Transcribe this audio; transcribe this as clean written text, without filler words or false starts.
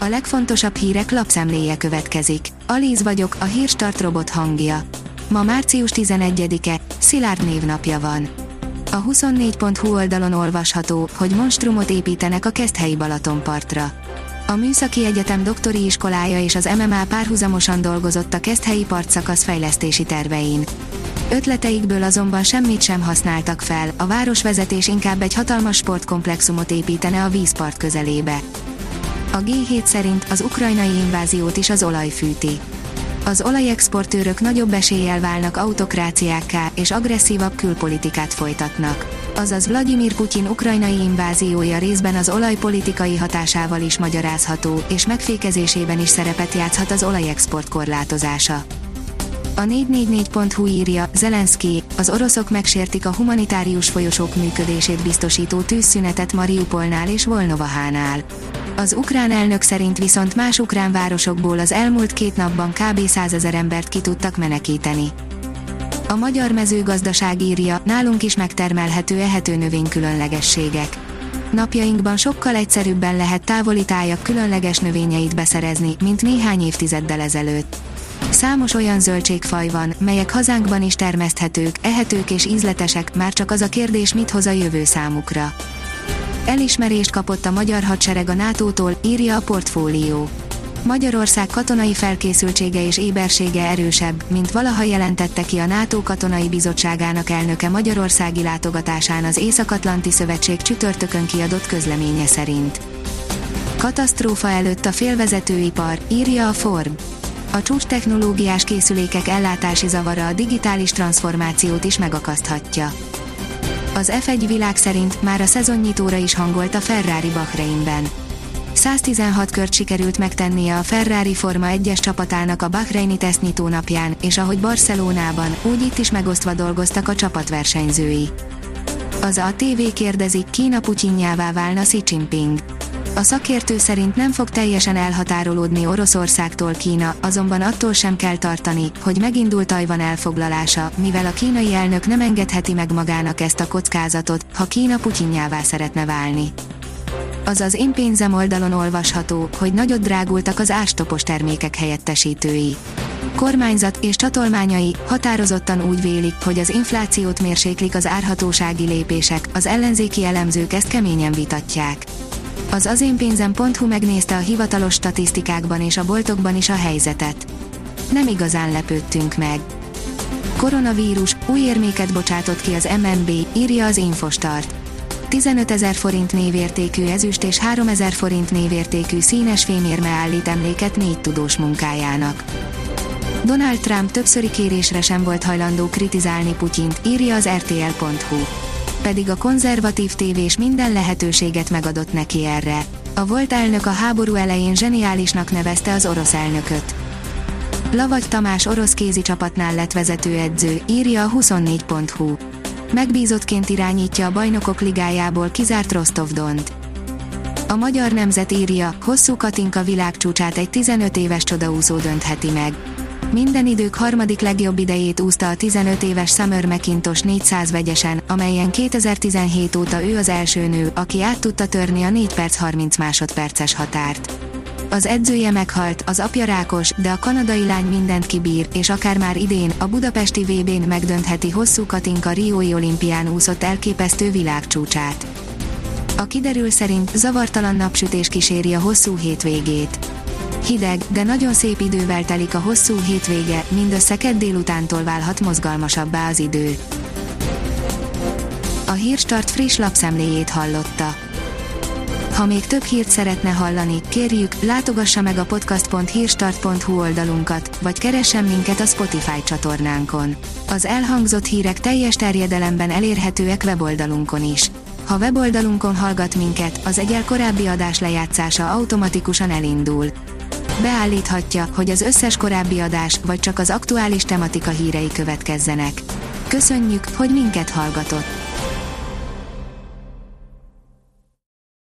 A legfontosabb hírek lapszemléje következik. Alíz vagyok, a Hírstart robot hangja. Ma március 11-e, Szilárd névnapja van. A 24.hu oldalon olvasható, hogy monstrumot építenek a Keszthelyi Balatonpartra. A Műszaki Egyetem doktori iskolája és az MMA párhuzamosan dolgozott a Keszthelyi partszakasz fejlesztési tervein. Ötleteikből azonban semmit sem használtak fel, a városvezetés inkább egy hatalmas sportkomplexumot építene a vízpart közelébe. A G7 szerint az ukrajnai inváziót is az olaj fűti. Az olajexportőrök nagyobb eséllyel válnak autokráciákká és agresszívabb külpolitikát folytatnak. Azaz Vladimir Putyin ukrajnai inváziója részben az olajpolitikai hatásával is magyarázható, és megfékezésében is szerepet játszhat az olajexport korlátozása. A 444.hu írja, Zelenszkij, az oroszok megsértik a humanitárius folyosók működését biztosító tűzszünetet Mariupolnál és Volnovahánál. Az ukrán elnök szerint viszont más ukrán városokból az elmúlt 2 napban kb. 100 000 embert ki tudtak menekíteni. A Magyar Mezőgazdaság írja, nálunk is megtermelhető ehető növénykülönlegességek. Napjainkban sokkal egyszerűbben lehet távoli tájak különleges növényeit beszerezni, mint néhány évtizeddel ezelőtt. Számos olyan zöldségfaj van, melyek hazánkban is termeszthetők, ehetők és ízletesek, már csak az a kérdés, mit hoz a jövő számukra. Elismerést kapott a magyar hadsereg a NATO-tól, írja a Portfólió. Magyarország katonai felkészültsége és ébersége erősebb, mint valaha, jelentette ki a NATO katonai bizottságának elnöke magyarországi látogatásán az Észak-Atlanti Szövetség csütörtökön kiadott közleménye szerint. Katasztrófa előtt a félvezetőipar, írja a Forbes. A csúcstechnológiás készülékek ellátási zavara a digitális transformációt is megakaszthatja. Az F1 világ szerint már a szezonnyitóra is hangolt a Ferrari Bahreinben. 116 kört sikerült megtennie a Ferrari Forma 1-es csapatának a bahreini tesztnyitó napján, és ahogy Barcelonában, úgy itt is megosztva dolgoztak a csapatversenyzői. Az ATV kérdezik, Kína Putyinjává válna Xi Jinping. A szakértő szerint nem fog teljesen elhatárolódni Oroszországtól Kína, azonban attól sem kell tartani, hogy megindul Tajvan elfoglalása, mivel a kínai elnök nem engedheti meg magának ezt a kockázatot, ha Kína Putyinjává szeretne válni. Az Én pénzem oldalon olvasható, hogy nagyot drágultak az árstopos termékek helyettesítői. Kormányzat és csatolmányai határozottan úgy vélik, hogy az inflációt mérséklik az árhatósági lépések, az ellenzéki elemzők ezt keményen vitatják. Az énpénzem.hu megnézte a hivatalos statisztikákban és a boltokban is a helyzetet. Nem igazán lepődtünk meg. Koronavírus, új érméket bocsátott ki az MNB, írja az Infostart. 15 000 forint névértékű ezüst és 3 000 forint névértékű színes fémérme állít emléket 4 tudós munkájának. Donald Trump többszöri kérésre sem volt hajlandó kritizálni Putyint, írja az RTL.hu. Pedig a konzervatív tévés minden lehetőséget megadott neki erre. A volt elnök a háború elején zseniálisnak nevezte az orosz elnököt. Lavagy Tamás orosz kézi csapatnál lett vezetőedző, írja a 24.hu. Megbízottként irányítja a Bajnokok Ligájából kizárt Rostov-Dont. A Magyar Nemzet írja, Hosszú Katinka világcsúcsát egy 15 éves csodaúszó döntheti meg. Minden idők harmadik legjobb idejét úszta a 15 éves Summer McIntosh 400 vegyesen, amelyen 2017 óta ő az első nő, aki át tudta törni a 4 perc 30 másodperces határt. Az edzője meghalt, az apja rákos, de a kanadai lány mindent kibír, és akár már idén, a budapesti VB-n megdöntheti Hosszú Katinka riói olimpián úszott elképesztő világcsúcsát. A kiderül szerint zavartalan napsütés kíséri a hosszú hétvégét. Hideg, de nagyon szép idővel telik a hosszú hétvége, mindössze kedd délutántól válhat mozgalmasabbá az idő. A Hírstart friss lapszemléjét hallotta. Ha még több hírt szeretne hallani, kérjük, látogassa meg a podcast.hírstart.hu oldalunkat, vagy keressen minket a Spotify csatornánkon. Az elhangzott hírek teljes terjedelemben elérhetőek weboldalunkon is. Ha weboldalunkon hallgat minket, az egyel korábbi adás lejátszása automatikusan elindul. Beállíthatja, hogy az összes korábbi adás, vagy csak az aktuális tematika hírei következzenek. Köszönjük, hogy minket hallgatott!